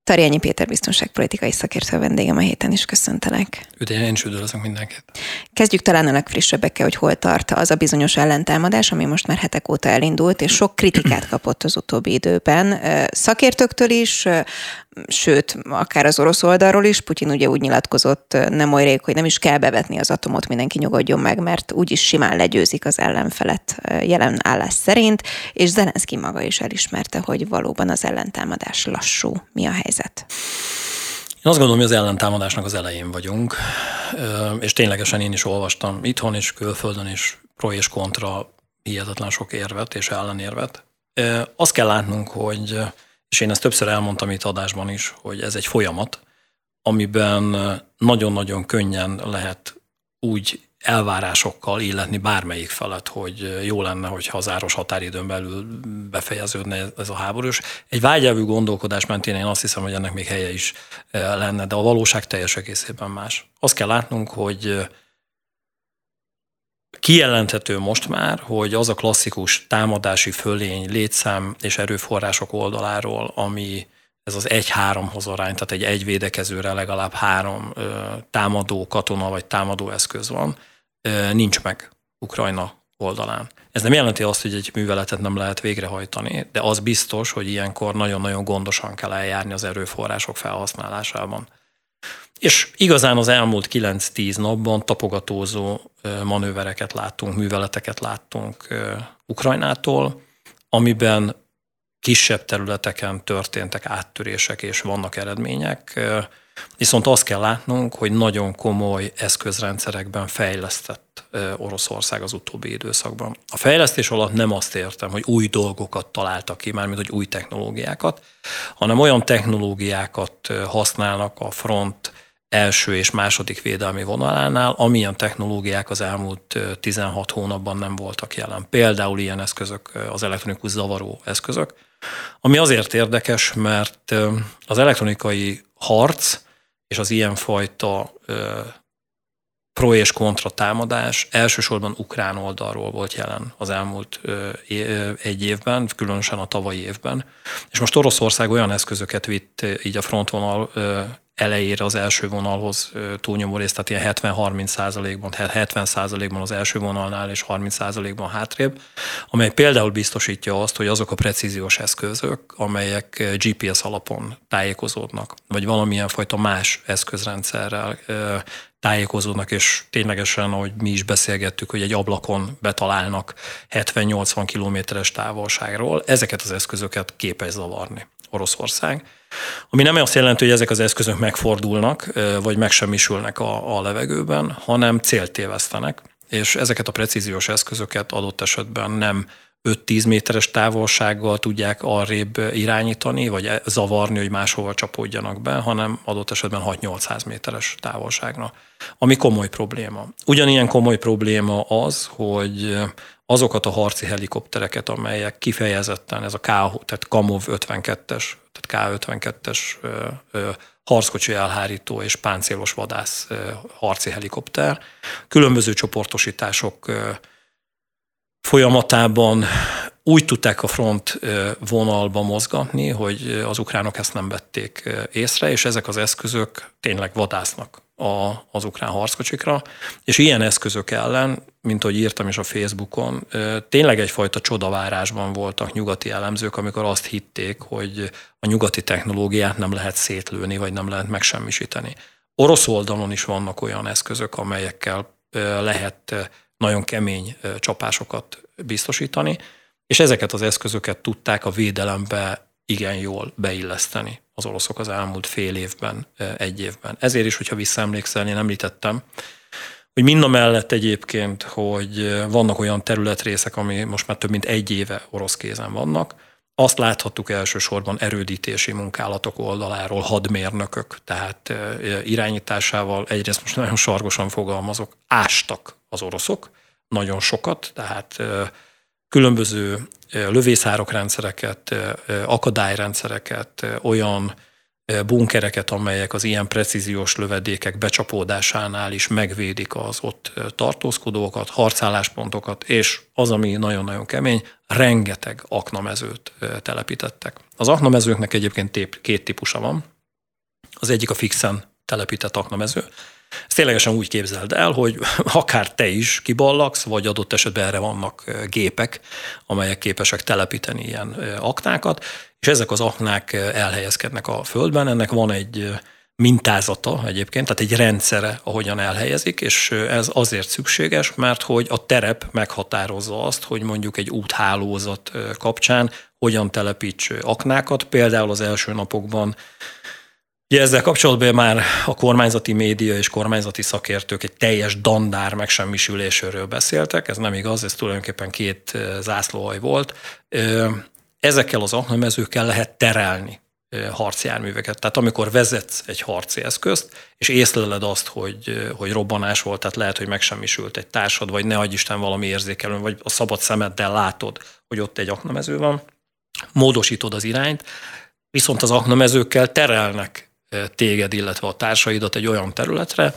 Tarjányi Péter biztonságpolitikai szakértő vendégem a héten is, köszöntelek. Én is üdvözlök mindenkit. Kezdjük talán a legfrissebbekkel, hogy hol tart az a bizonyos ellentámadás, ami most már hetek óta elindult, és sok kritikát kapott az utóbbi időben. Szakértőktől is, sőt, akár az orosz oldalról is. Putyin ugye úgy nyilatkozott nem oly rég, hogy nem is kell bevetni az atomot, mindenki nyugodjon meg, mert úgyis simán legyőzik az ellenfelet jelen állás szerint, és Zelenszkij maga is elismerte, hogy valóban az ellentámadás lassú. Mi a helyzet? Én azt gondolom, hogy az ellentámadásnak az elején vagyunk, és ténylegesen én is olvastam itthon és külföldön is pro és kontra hihetetlen sok érvet és ellenérvet. Azt kell látnunk, hogy, és én ezt többször elmondtam itt adásban is, hogy ez egy folyamat, amiben nagyon-nagyon könnyen lehet úgy elvárásokkal illetni bármelyik felett, hogy jó lenne, hogyha az záros határidőn belül befejeződne ez a háború. És egy vágyelvű gondolkodás mentén én azt hiszem, hogy ennek még helye is lenne, de a valóság teljes egészében más. Azt kell látnunk, hogy kijelenthető most már, hogy az a klasszikus támadási fölény, létszám és erőforrások oldaláról, ami ez az 1-3-hoz arány, tehát egy védekezőre legalább 3 támadó katona vagy támadó eszköz van, nincs meg Ukrajna oldalán. Ez nem jelenti azt, hogy egy műveletet nem lehet végrehajtani, de az biztos, hogy ilyenkor nagyon-nagyon gondosan kell eljárni az erőforrások felhasználásában. És igazán az elmúlt 9-10 napban tapogatózó manővereket láttunk, műveleteket láttunk Ukrajnától, amiben kisebb területeken történtek áttörések és vannak eredmények, viszont azt kell látnunk, hogy nagyon komoly eszközrendszerekben fejlesztett Oroszország az utóbbi időszakban. A fejlesztés alatt nem azt értem, hogy új dolgokat találtak ki, mármint hogy új technológiákat, hanem olyan technológiákat használnak a front első és második védelmi vonalánál, amilyen technológiák az elmúlt 16 hónapban nem voltak jelen. Például ilyen eszközök, az elektronikus zavaró eszközök, ami azért érdekes, mert az elektronikai harc és az ilyenfajta pro és kontra támadás elsősorban ukrán oldalról volt jelen az elmúlt egy évben, különösen a tavalyi évben. És most Oroszország olyan eszközöket vitt így a frontvonal elejére az első vonalhoz túlnyomó részt, tehát ilyen 70-30%-ban, 70%-ban az első vonalnál és 30%-ban hátrébb, amely például biztosítja azt, hogy azok a precíziós eszközök, amelyek GPS alapon tájékozódnak, vagy valamilyen fajta más eszközrendszerrel tájékozódnak, és ténylegesen, ahogy mi is beszélgettük, hogy egy ablakon betalálnak 70-80 kilométeres távolságról, ezeket az eszközöket képes zavarni Oroszország. Ami nem azt jelenti, hogy ezek az eszközök megfordulnak, vagy megsemmisülnek a levegőben, hanem célt tévesztenek, és ezeket a precíziós eszközöket adott esetben nem 5-10 méteres távolsággal tudják arrébb irányítani, vagy zavarni, hogy máshova csapódjanak be, hanem adott esetben 6-800 méteres távolságra, ami komoly probléma. Ugyanilyen komoly probléma az, hogy azokat a harci helikoptereket, amelyek kifejezetten ez a tehát Kamov 52-es, tehát K-52-es harckocsi elhárító és páncélos vadász harci helikopter, különböző csoportosítások folyamatában úgy tudták a front vonalba mozgatni, hogy az ukránok ezt nem vették észre, és ezek az eszközök tényleg vadásznak az ukrán harckocsikra, és ilyen eszközök ellen, mint ahogy írtam is a Facebookon, tényleg egyfajta csodavárásban voltak nyugati elemzők, amikor azt hitték, hogy a nyugati technológiát nem lehet szétlőni, vagy nem lehet megsemmisíteni. Orosz oldalon is vannak olyan eszközök, amelyekkel lehet nagyon kemény csapásokat biztosítani, és ezeket az eszközöket tudták a védelembe igen jól beilleszteni az oroszok az elmúlt fél évben, egy évben. Ezért is, hogyha visszaemlékszel, én említettem, hogy mindamellett egyébként, hogy vannak olyan területrészek, ami most már több mint egy éve orosz kézen vannak, azt láthattuk elsősorban erődítési munkálatok oldaláról, hadmérnökök, tehát irányításával, egyrészt most nagyon sargosan fogalmazok, ástak az oroszok, nagyon sokat, tehát különböző lövészárok-rendszereket, akadályrendszereket, olyan bunkereket, amelyek az ilyen precíziós lövedékek becsapódásánál is megvédik az ott tartózkodókat, harcálláspontokat, és az, ami nagyon-nagyon kemény, rengeteg aknamezőt telepítettek. Az aknamezőknek egyébként két típusa van. Az egyik a fixen telepített aknamező. Ezt ténylegesen úgy képzeld el, hogy akár te is kiballagsz, vagy adott esetben erre vannak gépek, amelyek képesek telepíteni ilyen aknákat, és ezek az aknák elhelyezkednek a földben. Ennek van egy mintázata egyébként, tehát egy rendszere, ahogyan elhelyezik, és ez azért szükséges, mert hogy a terep meghatározza azt, hogy mondjuk egy úthálózat kapcsán hogyan telepíts aknákat. Például az első napokban ugye ezzel kapcsolatban már a kormányzati média és kormányzati szakértők egy teljes dandár megsemmisülésről beszéltek, ez nem igaz, ez tulajdonképpen 2 zászlóhaj volt. Ezekkel az aknamezőkkel lehet terelni harcjárműveket. Tehát amikor vezetsz egy harci eszközt, és észleled azt, hogy robbanás volt, tehát lehet, hogy megsemmisült egy társad, vagy ne adj Isten valami érzékelő, vagy a szabad szemeddel látod, hogy ott egy aknamező van, módosítod az irányt, viszont az aknamezőkkel terelnek téged, illetve a társaidat egy olyan területre,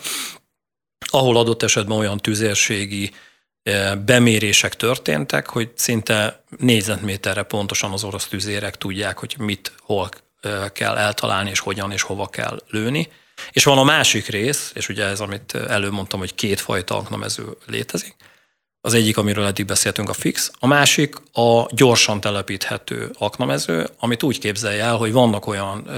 ahol adott esetben olyan tüzérségi bemérések történtek, hogy szinte négyzetméterre pontosan az orosz tüzérek tudják, hogy mit, hol kell eltalálni, és hogyan és hova kell lőni. És van a másik rész, és ugye ez, amit előbb mondtam, hogy 2 fajta aknamező létezik. Az egyik, amiről eddig beszéltünk, a fix, a másik a gyorsan telepíthető aknamező, amit úgy képzelje el, hogy vannak olyan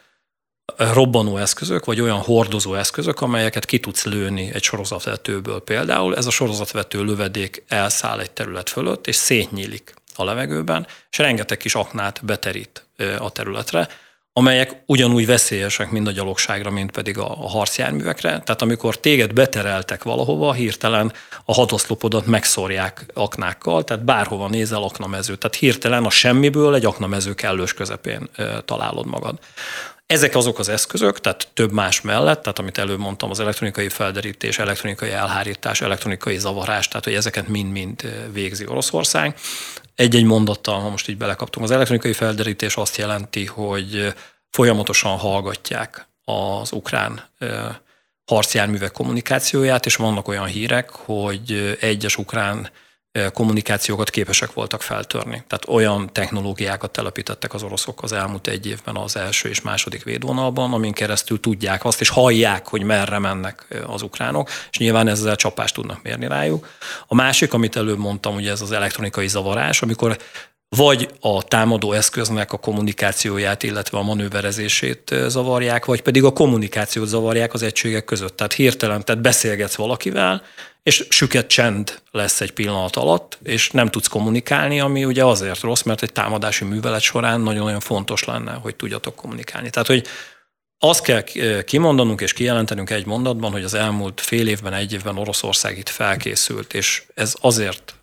robbanó eszközök, vagy olyan hordozó eszközök, amelyeket ki tudsz lőni egy sorozatvetőből például. Ez a sorozatvető lövedék elszáll egy terület fölött, és szétnyílik a levegőben, és rengeteg kis aknát beterít a területre, amelyek ugyanúgy veszélyesek mind a gyalogságra, mind pedig a harcjárművekre. Tehát amikor téged betereltek valahova, hirtelen a hadoszlopodat megszórják aknákkal, tehát bárhova nézel aknamező. Tehát hirtelen a semmiből egy aknamező kellős közepén találod magad. Ezek azok az eszközök, tehát több más mellett, tehát amit előbb mondtam, az elektronikai felderítés, elektronikai elhárítás, elektronikai zavarás, tehát hogy ezeket mind-mind végzi Oroszország. Egy-egy mondattal, ha most így belekaptunk, az elektronikai felderítés azt jelenti, hogy folyamatosan hallgatják az ukrán harcjárművek kommunikációját, és vannak olyan hírek, hogy egyes ukrán kommunikációkat képesek voltak feltörni. Tehát olyan technológiákat telepítettek az oroszok az elmúlt 1 évben az első és második védvonalban, amin keresztül tudják azt, és hallják, hogy merre mennek az ukránok, és nyilván ezzel csapást tudnak mérni rájuk. A másik, amit előbb mondtam, ugye ez az elektronikai zavarás, amikor vagy a támadó eszköznek a kommunikációját, illetve a manőverezését zavarják, vagy pedig a kommunikációt zavarják az egységek között. Tehát hirtelen, tehát beszélgetsz valakivel, és süket csend lesz egy pillanat alatt, és nem tudsz kommunikálni, ami ugye azért rossz, mert egy támadási művelet során nagyon-nagyon fontos lenne, hogy tudjatok kommunikálni. Tehát, hogy azt kell kimondanunk és kijelentenünk egy mondatban, hogy az elmúlt fél évben, 1 évben Oroszország itt felkészült, és ez azért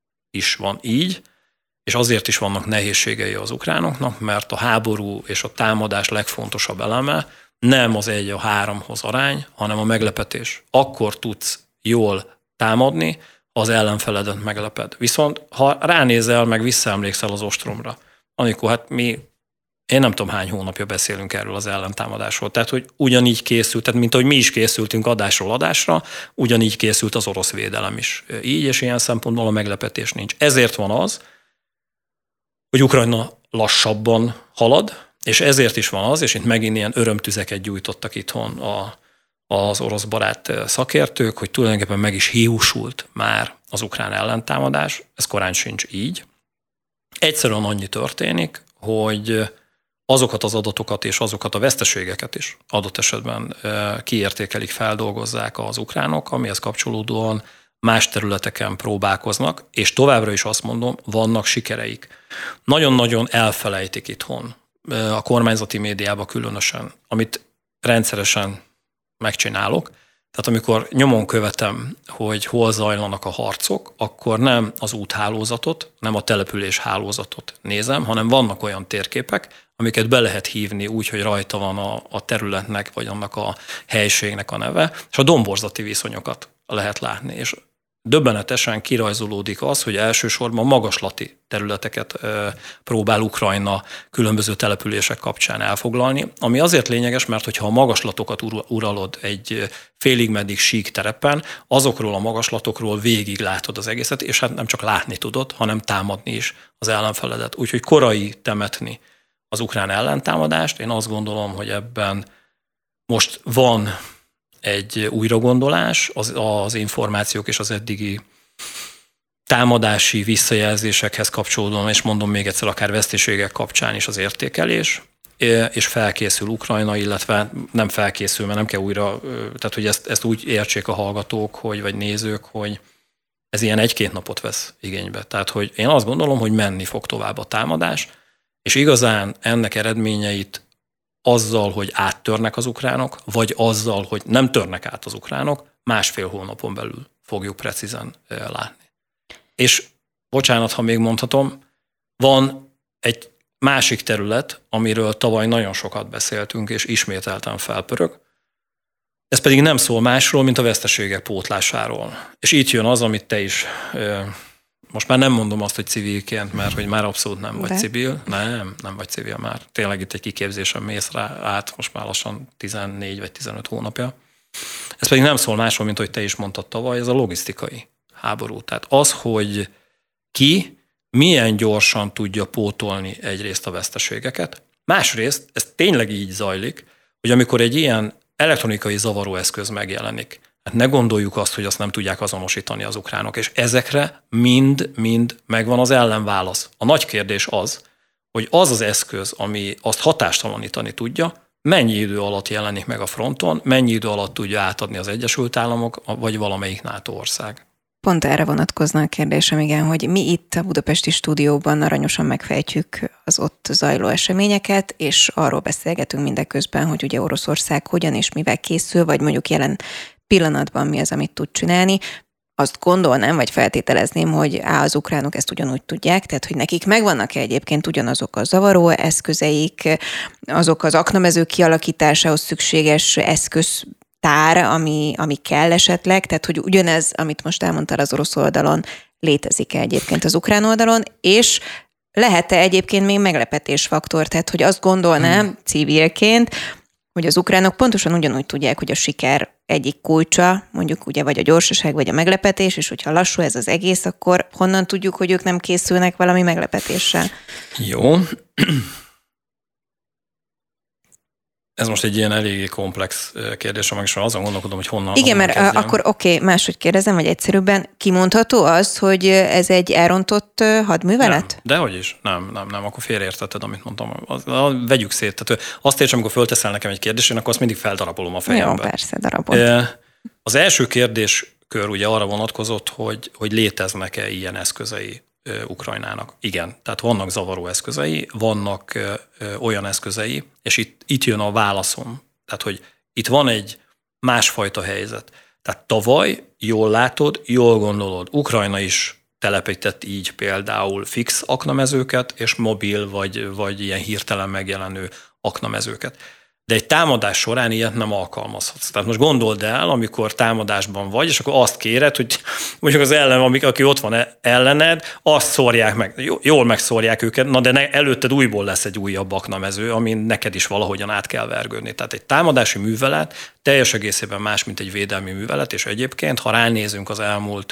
is van így, és azért is vannak nehézségei az ukránoknak, mert a háború és a támadás legfontosabb eleme nem az 1-3-hoz arány, hanem a meglepetés. Akkor tudsz jól támadni, ha az ellenfeledet megleped. Viszont ha ránézel, meg visszaemlékszel az ostromra, amikor hát én nem tudom hány hónapja beszélünk erről az ellentámadásról. Tehát, hogy ugyanígy készült, tehát mint ahogy mi is készültünk adásról adásra, ugyanígy készült az orosz védelem is. Így, és ilyen szempontból a meglepetés nincs. Ezért van az, hogy Ukrajna lassabban halad, és ezért is van az, és itt megint ilyen örömtüzeket gyújtottak itthon az orosz barát szakértők, hogy tulajdonképpen meg is hiúsult már az ukrán ellentámadás, ez korán sincs így. Egyszerűen annyi történik, hogy azokat az adatokat és azokat a veszteségeket is adott esetben kiértékelik, feldolgozzák az ukránok, amihez kapcsolódóan más területeken próbálkoznak, és továbbra is azt mondom, vannak sikereik. Nagyon-nagyon elfelejtik itthon, a kormányzati médiában különösen, amit rendszeresen megcsinálok. Tehát amikor nyomon követem, hogy hol zajlanak a harcok, akkor nem az úthálózatot, nem a település hálózatot nézem, hanem vannak olyan térképek, amiket be lehet hívni úgy, hogy rajta van a területnek, vagy annak a helységnek a neve, és a domborzati viszonyokat lehet látni. És döbbenetesen kirajzolódik az, hogy elsősorban magaslati területeket próbál Ukrajna különböző települések kapcsán elfoglalni, ami azért lényeges, mert hogyha a magaslatokat uralod egy félig meddig sík terepen, azokról a magaslatokról végig látod az egészet, és hát nem csak látni tudod, hanem támadni is az ellenfeledet. Úgyhogy korai temetni az ukrán ellentámadást, én azt gondolom, hogy ebben Most van egy újragondolás, az információk és az eddigi támadási visszajelzésekhez kapcsolódóan, és mondom még egyszer, akár veszteségek kapcsán is az értékelés, és felkészül Ukrajna, illetve nem felkészül, mert nem kell újra, tehát hogy ezt úgy értsék a hallgatók, vagy nézők, hogy ez ilyen 1-2 napot vesz igénybe. Tehát, hogy én azt gondolom, hogy menni fog tovább a támadás, és igazán ennek eredményeit azzal, hogy áttörnek az ukránok, vagy azzal, hogy nem törnek át az ukránok, 1,5 hónapon belül fogjuk precízen látni. És bocsánat, ha még mondhatom, van egy másik terület, amiről tavaly nagyon sokat beszéltünk, és ismételten felpörög. Ez pedig nem szól másról, mint a veszteségek pótlásáról. És itt jön az, amit te is, most már nem mondom azt, hogy civilként, mert hogy már abszolút nem vagy civil. Nem vagy civil már. Tényleg itt egy kiképzésen mész rá át, most már lassan 14 vagy 15 hónapja. Ez pedig nem szól másról, mint hogy te is mondtad tavaly, ez a logisztikai háború. Tehát az, hogy ki milyen gyorsan tudja pótolni egyrészt a veszteségeket, másrészt ez tényleg így zajlik, hogy amikor egy ilyen elektronikai zavaróeszköz megjelenik, hát ne gondoljuk azt, hogy azt nem tudják azonosítani az ukránok, és ezekre mind megvan az ellenválasz. A nagy kérdés az, hogy az az eszköz, ami azt hatástalanítani tudja, mennyi idő alatt jelenik meg a fronton, mennyi idő alatt tudja átadni az Egyesült Államok, vagy valamelyik NATO ország. Pont erre vonatkozna a kérdésem, igen, hogy mi itt a budapesti stúdióban aranyosan megfejtjük az ott zajló eseményeket, és arról beszélgetünk mindeközben, hogy ugye Oroszország hogyan és mivel készül, vagy mondjuk jelen pillanatban mi az, amit tud csinálni. Azt gondolnám, vagy feltételezném, hogy az ukránok ezt ugyanúgy tudják, tehát hogy nekik megvannak-e egyébként ugyanazok a zavaró eszközeik, azok az aknamezők kialakításához szükséges eszköztár, ami kell esetleg, tehát hogy ugyanez, amit most elmondtál az orosz oldalon, létezik-e egyébként az ukrán oldalon, és lehet-e egyébként még meglepetésfaktor, tehát hogy azt gondolnám civilként, hogy az ukránok pontosan ugyanúgy tudják, hogy a siker egyik kulcsa, mondjuk ugye vagy a gyorsaság, vagy a meglepetés, és hogyha lassú ez az egész, akkor honnan tudjuk, hogy ők nem készülnek valami meglepetéssel? Jó. Ez most egy ilyen eléggé komplex kérdés, amely is azon gondolkodom, hogy honnan. Igen, mert kezdjem. Akkor máshogy kérdezem, vagy egyszerűbben kimondható az, hogy ez egy elrontott hadművelet? Nem, dehogy is. Nem, akkor félreértetted, amit mondtam. Vegyük szét. Tehát azt érts, amikor fölteszel nekem egy kérdést, én akkor azt mindig feldarabolom a fejembe. Jó, persze, darabod. Az első kérdéskör ugye arra vonatkozott, hogy léteznek-e ilyen eszközei Ukrajnának. Igen, tehát vannak zavaró eszközei, vannak olyan eszközei, és itt jön a válaszom. Tehát, hogy itt van egy másfajta helyzet. Tehát tavaly jól látod, jól gondolod, Ukrajna is telepített így például fix aknamezőket, és mobil vagy ilyen hirtelen megjelenő aknamezőket. De egy támadás során ilyet nem alkalmazhatsz. Tehát most gondold el, amikor támadásban vagy, és akkor azt kéred, hogy mondjuk az ellen, aki ott van ellened, azt szórják meg. Jól megszórják őket, na de előtted újból lesz egy újabb aknamező, amin neked is valahogyan át kell vergődni. Tehát egy támadási művelet teljes egészében más, mint egy védelmi művelet, és egyébként, ha ránézünk az elmúlt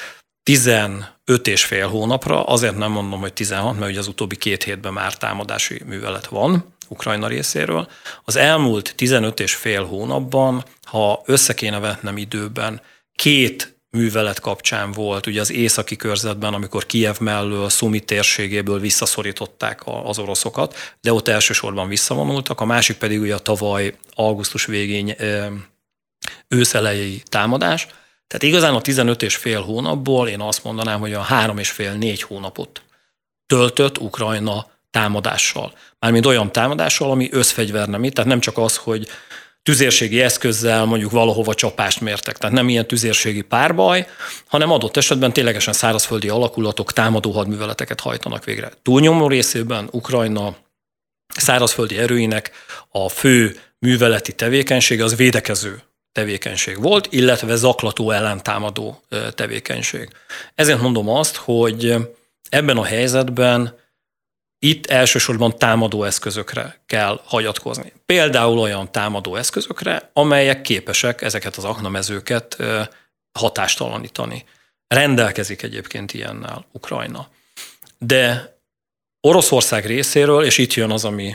15,5 hónapra, azért nem mondom, hogy 16, mert ugye az utóbbi 2 hétben már támadási művelet van Ukrajna részéről. Az elmúlt 15,5 hónapban, ha össze kéne vetnem időben, 2 művelet kapcsán volt, ugye az északi körzetben, amikor Kijev mellől, Szumi térségéből visszaszorították az oroszokat, de ott elsősorban visszavonultak, a másik pedig ugye a tavaly augusztus végén ősz elejéi támadás. Tehát igazán a 15,5 hónapból én azt mondanám, hogy a 3,5-4 hónapot töltött Ukrajna támadással. Mármint olyan támadással, ami összfegyvernemi, tehát nem csak az, hogy tüzérségi eszközzel mondjuk valahova csapást mértek, tehát nem ilyen tüzérségi párbaj, hanem adott esetben ténylegesen szárazföldi alakulatok támadó hadműveleteket hajtanak végre. Túlnyomó részében Ukrajna szárazföldi erőinek a fő műveleti tevékenysége az védekező tevékenység volt, illetve zaklató ellentámadó tevékenység. Ezért mondom azt, hogy ebben a helyzetben itt elsősorban támadó eszközökre kell hagyatkozni. Például olyan támadó eszközökre, amelyek képesek ezeket az aknamezőket hatástalanítani. Rendelkezik egyébként ilyennel Ukrajna. De Oroszország részéről, és itt jön az,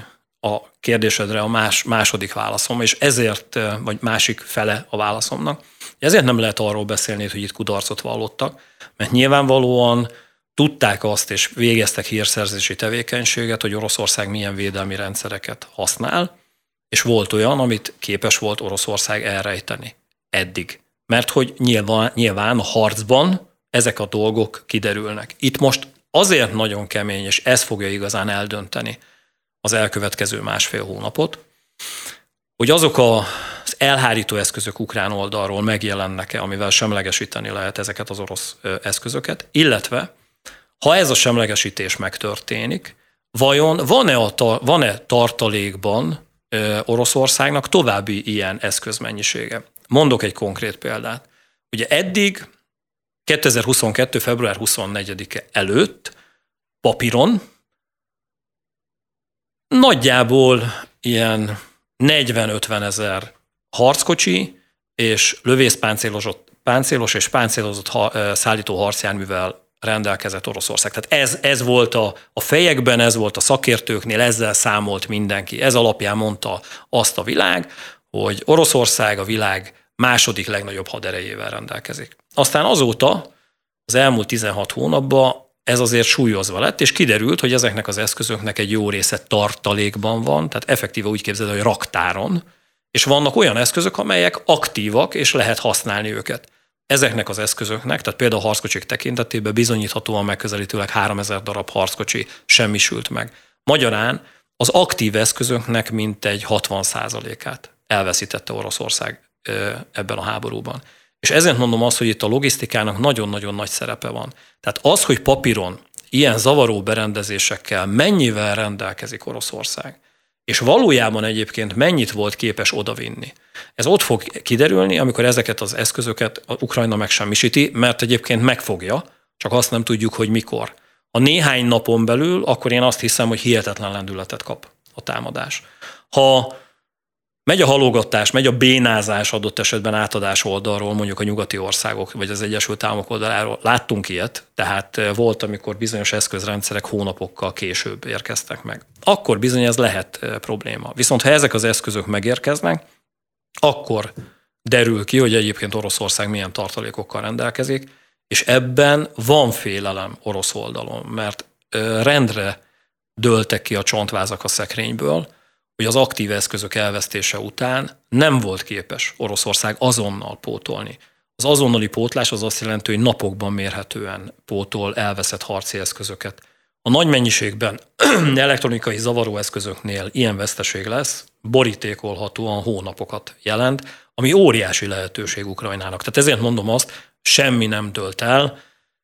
a kérdésedre a második válaszom, és ezért, vagy másik fele a válaszomnak. Ezért nem lehet arról beszélni, hogy itt kudarcot vallottak, mert nyilvánvalóan tudták azt, és végeztek hírszerzési tevékenységet, hogy Oroszország milyen védelmi rendszereket használ, és volt olyan, amit képes volt Oroszország elrejteni eddig. Mert hogy nyilván a harcban ezek a dolgok kiderülnek. Itt most azért nagyon kemény, és ez fogja igazán eldönteni az elkövetkező 1,5 hónapot, hogy azok az elhárító eszközök ukrán oldalról megjelennek-e, amivel semlegesíteni lehet ezeket az orosz eszközöket, illetve ha ez a semlegesítés megtörténik, vajon van-e tartalékban Oroszországnak további ilyen eszközmennyisége? Mondok egy konkrét példát. Ugye eddig 2022. február 24-e előtt papíron nagyjából ilyen 40-50 ezer harckocsi és lövészpáncélos és páncélozott szállító harcjárművel rendelkezett Oroszország. Tehát ez volt a fejekben, ez volt a szakértőknél, ezzel számolt mindenki. Ez alapján mondta azt a világ, hogy Oroszország a világ második legnagyobb haderejével rendelkezik. Aztán azóta, az elmúlt 16 hónapban ez azért súlyozva lett, és kiderült, hogy ezeknek az eszközöknek egy jó része tartalékban van, tehát effektíve úgy képzeld, hogy raktáron, és vannak olyan eszközök, amelyek aktívak, és lehet használni őket. Ezeknek az eszközöknek, tehát például a harckocsik tekintetében bizonyíthatóan megközelítőleg 3000 darab harckocsi semmisült meg. Magyarán az aktív eszközöknek mintegy 60%-át elveszítette Oroszország ebben a háborúban. És ezért mondom azt, hogy itt a logisztikának nagyon-nagyon nagy szerepe van. Tehát az, hogy papíron ilyen zavaró berendezésekkel mennyivel rendelkezik Oroszország, és valójában egyébként mennyit volt képes odavinni. Ez ott fog kiderülni, amikor ezeket az eszközöket Ukrajna megsemmisíti, mert egyébként megfogja, csak azt nem tudjuk, hogy mikor. A néhány napon belül, akkor én azt hiszem, hogy hihetetlen lendületet kap a támadás. Ha megy a halogatás, megy a bénázás adott esetben átadás oldalról, mondjuk a nyugati országok, vagy az Egyesült Államok oldaláról, láttunk ilyet, tehát volt, amikor bizonyos eszközrendszerek hónapokkal később érkeztek meg. Akkor bizony ez lehet probléma. Viszont ha ezek az eszközök megérkeznek, akkor derül ki, hogy egyébként Oroszország milyen tartalékokkal rendelkezik, és ebben van félelem orosz oldalon, mert rendre dőltek ki a csontvázak a szekrényből, hogy az aktív eszközök elvesztése után nem volt képes Oroszország azonnal pótolni. Az azonnali pótlás az azt jelenti, hogy napokban mérhetően pótol elveszett harci eszközöket. A nagy mennyiségben elektronikai zavaróeszközöknél ilyen veszteség lesz, borítékolhatóan hónapokat jelent, ami óriási lehetőség Ukrajnának. Tehát ezért mondom azt, semmi nem dőlt el.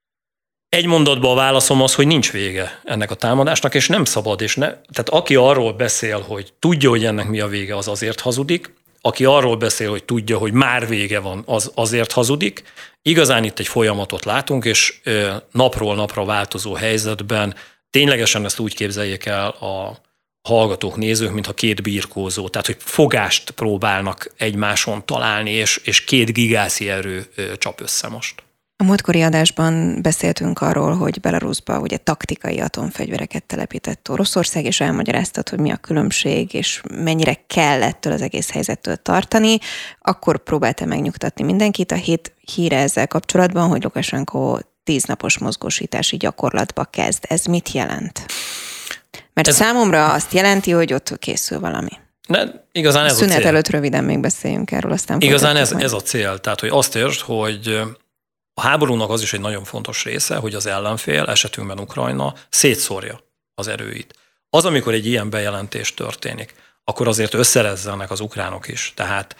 Egy mondatban a válaszom az, hogy nincs vége ennek a támadásnak, és nem szabad, tehát aki arról beszél, hogy tudja, hogy ennek mi a vége, az azért hazudik, aki arról beszél, hogy tudja, hogy már vége van, az azért hazudik. Igazán itt egy folyamatot látunk, és napról napra változó helyzetben ténylegesen ezt úgy képzeljék el a hallgatók, nézők, mintha két birkózó, tehát hogy fogást próbálnak egymáson találni, és két gigászi erő csap össze most. A múltkori adásban beszéltünk arról, hogy Belarusba ugye taktikai atomfegyvereket telepített Oroszország, és elmagyaráztad, hogy mi a különbség, és mennyire kell ettől az egész helyzettől tartani. Akkor próbáltam megnyugtatni mindenkit. A hét híre ezzel kapcsolatban, hogy Lukasenko 10 napos mozgósítási gyakorlatba kezd. Ez mit jelent? Mert számomra azt jelenti, hogy ott készül valami. Igazán ez a cél. Szünet előtt röviden még beszéljünk erről, aztán igazán ez a cél. Tehát, hogy azt értsd, hogy a háborúnak az is egy nagyon fontos része, hogy az ellenfél, esetünkben Ukrajna, szétszórja az erőit. Az, amikor egy ilyen bejelentés történik, akkor azért összerezzenek az ukránok is. Tehát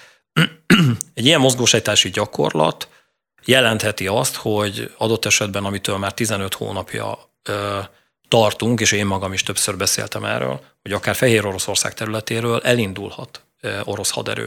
egy ilyen mozgósítási gyakorlat jelentheti azt, hogy adott esetben, amitől már 15 hónapja tartunk, és én magam is többször beszéltem erről, hogy akár Fehér Oroszország területéről elindulhat orosz haderő.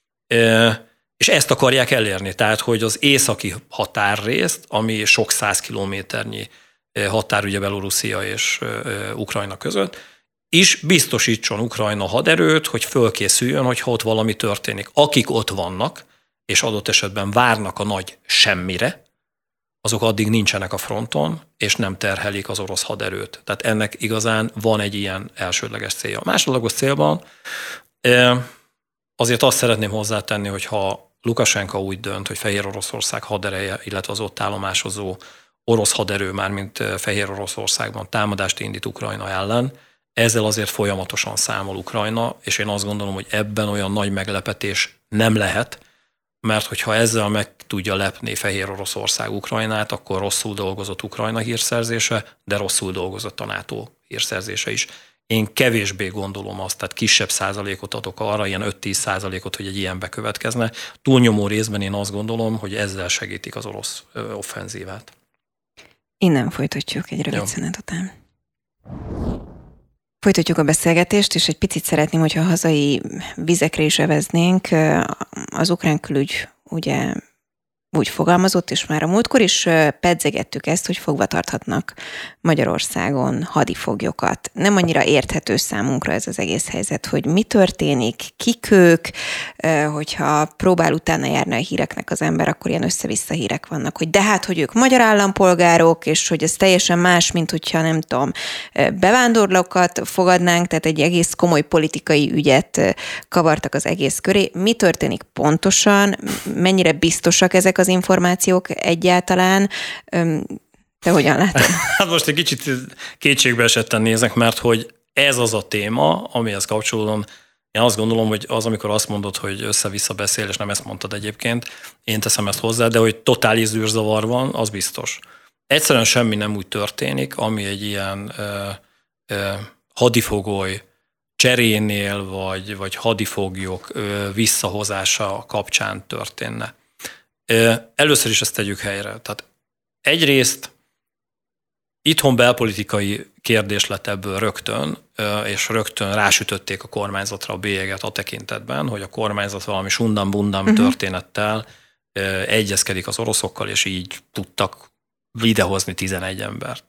És ezt akarják elérni, tehát hogy az északi határrészt, ami sok 100 kilométernyi határ ugye Belorusszia és Ukrajna között, is biztosítson Ukrajna haderőt, hogy fölkészüljön, hogyha ott valami történik. Akik ott vannak, és adott esetben várnak a nagy semmire, azok addig nincsenek a fronton, és nem terhelik az orosz haderőt. Tehát ennek igazán van egy ilyen elsődleges célja. A másodlagos célban azért azt szeretném hozzátenni, hogy ha Lukasenka úgy dönt, hogy Fehér Oroszország hadereje, illetve az ott állomásozó orosz haderő, mármint Fehér Oroszországban támadást indít Ukrajna ellen, ezzel azért folyamatosan számol Ukrajna, és én azt gondolom, hogy ebben olyan nagy meglepetés nem lehet, mert hogyha ezzel meg tudja lepni Fehér Oroszország Ukrajnát, akkor rosszul dolgozott Ukrajna hírszerzése, de rosszul dolgozott a NATO hírszerzése is. Én kevésbé gondolom azt, tehát kisebb százalékot adok arra, ilyen 5-10%, hogy egy ilyen bekövetkezne. Túlnyomó részben én azt gondolom, hogy ezzel segítik az orosz offenzívát. Innen folytatjuk egy rövid szünet után. Folytatjuk a beszélgetést, és egy picit szeretném, hogyha a hazai vizekre is eveznénk. Az ukrán külügy ugye úgy fogalmazott, és már a múltkor is pedzegettük ezt, hogy fogva tarthatnak Magyarországon hadifoglyokat. Nem annyira érthető számunkra ez az egész helyzet, hogy mi történik, kik ők, hogyha próbál utána járni a híreknek az ember, akkor ilyen össze-vissza hírek vannak, hogy de hát, hogy ők magyar állampolgárok, és hogy ez teljesen más, mint hogyha nem tudom, bevándorlókat fogadnánk, tehát egy egész komoly politikai ügyet kavartak az egész köré. Mi történik pontosan, mennyire biztosak ezek az információk egyáltalán? Te hogyan látod? Hát most egy kicsit kétségbe esetten nézek, mert hogy ez az a téma, amihez kapcsolódóan én azt gondolom, hogy az, amikor azt mondod, hogy össze-vissza beszél, és nem ezt mondtad egyébként, én teszem ezt hozzá, de hogy totális zűrzavar van, az biztos. Egyszerűen semmi nem úgy történik, ami egy ilyen hadifogoly cserénél, vagy hadifoglyok visszahozása kapcsán történne. Először is ezt tegyük helyre. Tehát egyrészt itthon belpolitikai kérdés lett ebből rögtön, és rögtön rásütötték a kormányzatra a bélyeget a tekintetben, hogy a kormányzat valami sundam-bundam történettel egyezkedik az oroszokkal, és így tudtak videhozni 11 embert.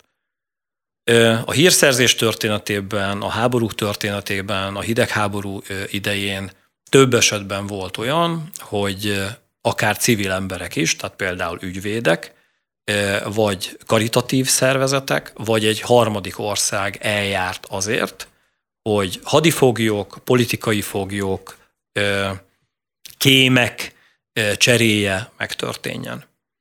A hírszerzés történetében, a háborúk történetében, a hidegháború idején több esetben volt olyan, hogy akár civil emberek is, tehát például ügyvédek, vagy karitatív szervezetek, vagy egy harmadik ország eljárt azért, hogy hadifoglyok, politikai foglyok, kémek cseréje megtörténjen.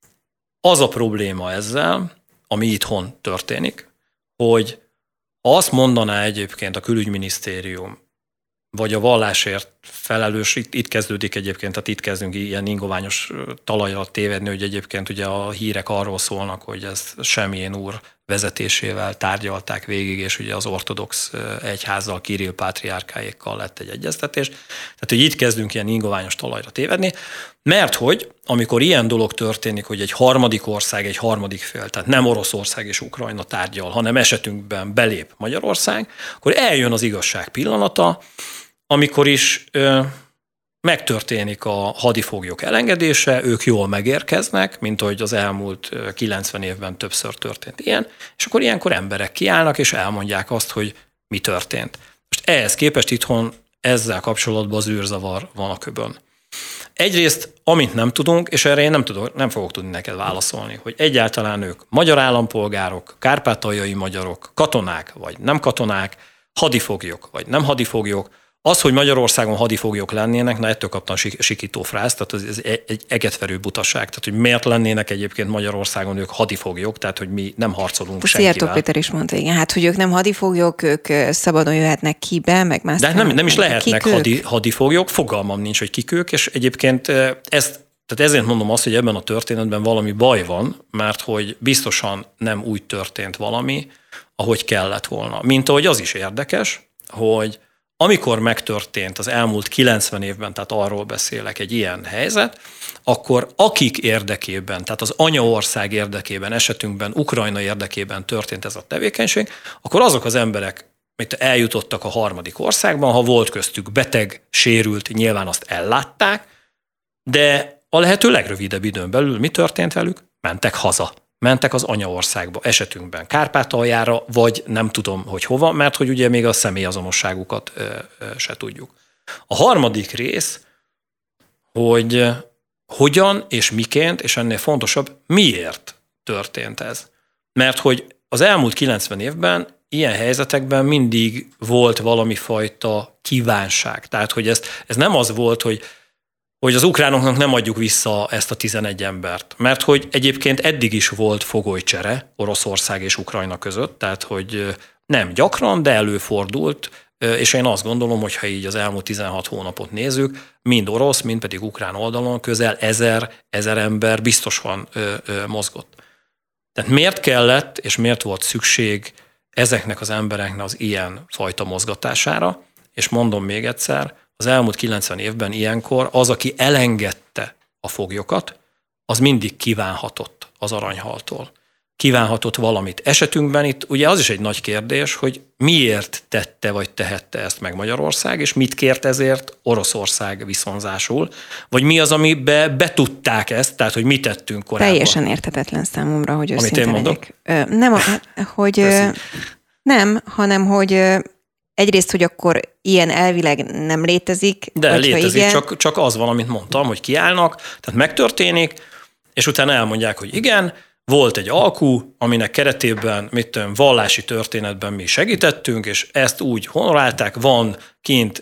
Az a probléma ezzel, ami itthon történik, hogy ha azt mondaná egyébként a külügyminisztérium, vagy a vallásért felelős, itt kezdődik egyébként, tehát itt kezdünk ilyen ingoványos talajra tévedni, hogy egyébként ugye a hírek arról szólnak, hogy ezt Semjén úr vezetésével tárgyalták végig, és ugye az ortodox egyházzal, Kirill pátriárkáékkal lett egy egyeztetés. Tehát, hogy itt kezdünk ilyen ingoványos talajra tévedni, mert hogy amikor ilyen dolog történik, hogy egy harmadik ország, egy harmadik fél, tehát nem Oroszország és Ukrajna tárgyal, hanem esetünkben belép Magyarország, akkor eljön az igazság pillanata, amikor is megtörténik a hadifoglyok elengedése, ők jól megérkeznek, mint ahogy az elmúlt 90 évben többször történt ilyen, és akkor ilyenkor emberek kiállnak, és elmondják azt, hogy mi történt. Most ehhez képest itthon ezzel kapcsolatban az űrzavar van a köbön. Egyrészt, amit nem tudunk, és erre én nem fogok tudni neked válaszolni, hogy egyáltalán ők magyar állampolgárok, kárpátaljai magyarok, katonák vagy nem katonák, hadifoglyok vagy nem hadifoglyok. Az, hogy Magyarországon hadifoglyok lennének, na ettől kaptam sikító frázt, tehát ez egy egetverő butaság. Tehát, hogy miért lennének egyébként Magyarországon ők hadifoglyok, tehát, hogy mi nem harcolunk senkivel. Szijjártó Péter is mondta, igen, hát, hogy ők nem hadifoglyok, ők szabadon jöhetnek ki be, meg más. De nem is lehetnek hadifoglyok, fogalmam nincs, hogy kik ők, és egyébként tehát ezért mondom azt, hogy ebben a történetben valami baj van, mert hogy biztosan nem úgy történt valami, ahogy kellett volna. Mint ahogy az is érdekes, hogy amikor megtörtént az elmúlt 90 évben, tehát arról beszélek, egy ilyen helyzet, akkor akik érdekében, tehát az anyaország érdekében, esetünkben Ukrajna érdekében történt ez a tevékenység, akkor azok az emberek eljutottak a harmadik országban, ha volt köztük beteg, sérült, nyilván azt ellátták, de a lehető legrövidebb időn belül mi történt velük? Mentek haza. Mentek az anyaországba, esetünkben Kárpátaljára, vagy nem tudom, hogy hova, mert hogy ugye még a személyazonosságukat se tudjuk. A harmadik rész, hogy hogyan és miként, és ennél fontosabb, miért történt ez. Mert hogy az elmúlt 90 évben ilyen helyzetekben mindig volt valami fajta kívánság. Tehát, hogy ez nem az volt, hogy az ukránoknak nem adjuk vissza ezt a 11 embert. Mert hogy egyébként eddig is volt fogolycsere Oroszország és Ukrajna között, tehát hogy nem gyakran, de előfordult, és én azt gondolom, hogy ha így az elmúlt 16 hónapot nézzük, mind orosz, mind pedig ukrán oldalon közel 1000 ember biztosan mozgott. Tehát miért kellett, és miért volt szükség ezeknek az embereknek az ilyen fajta mozgatására, és mondom még egyszer, az elmúlt 90 évben ilyenkor az, aki elengedte a foglyokat, az mindig kívánhatott az aranyhaltól. Kívánhatott valamit. Esetünkben itt ugye az is egy nagy kérdés, hogy miért tette vagy tehette ezt meg Magyarország, és mit kért ezért Oroszország viszonzásul, vagy mi az, amibe betudták ezt, tehát hogy mit tettünk korábban. Teljesen érthetetlen számomra, hogy őszinte legyek. Amit én mondok? Nem, hanem hogy egyrészt, hogy akkor ilyen elvileg nem létezik. De létezik, igen. Csak az van, amit mondtam, hogy kiállnak, tehát megtörténik, és utána elmondják, hogy igen, volt egy alkú, aminek keretében, vallási történetben mi segítettünk, és ezt úgy honorálták, van kint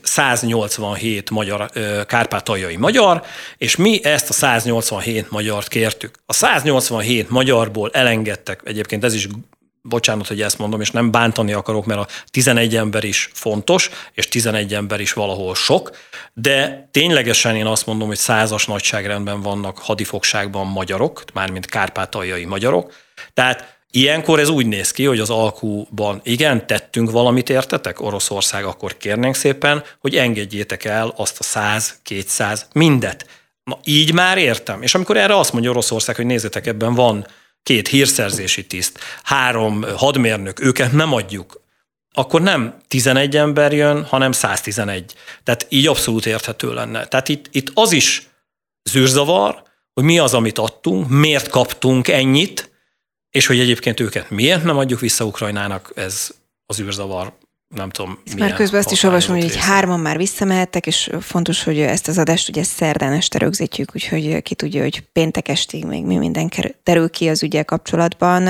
187 kárpátaljai magyar, és mi ezt a 187 magyart kértük. A 187 magyarból elengedtek, egyébként ez is, bocsánat, hogy ezt mondom, és nem bántani akarok, mert a 11 ember is fontos, és 11 ember is valahol sok, de ténylegesen én azt mondom, hogy 100-as nagyságrendben vannak hadifogságban magyarok, mármint kárpátaljai magyarok. Tehát ilyenkor ez úgy néz ki, hogy az alkúban igen, tettünk valamit értetek, Oroszország, akkor kérnénk szépen, hogy engedjétek el azt a 100-200 mindet. Na így már értem. És amikor erre azt mondja Oroszország, hogy nézzétek, ebben van 2 hírszerzési tiszt, 3 hadmérnök, őket nem adjuk, akkor nem 11 ember jön, hanem 111. Tehát így abszolút érthető lenne. Tehát itt az is zűrzavar, hogy mi az, amit adtunk, miért kaptunk ennyit, és hogy egyébként őket miért nem adjuk vissza Ukrajnának, ez az űrzavar, nem tudom. Már közben azt is olvasom, hogy 3 már visszamehettek, és fontos, hogy ezt az adást ugye szerdán este rögzítjük, úgyhogy ki tudja, hogy péntek estig még mi minden derül ki az ügyel kapcsolatban,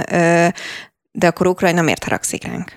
de akkor Ukrajna miért haragszik ránk?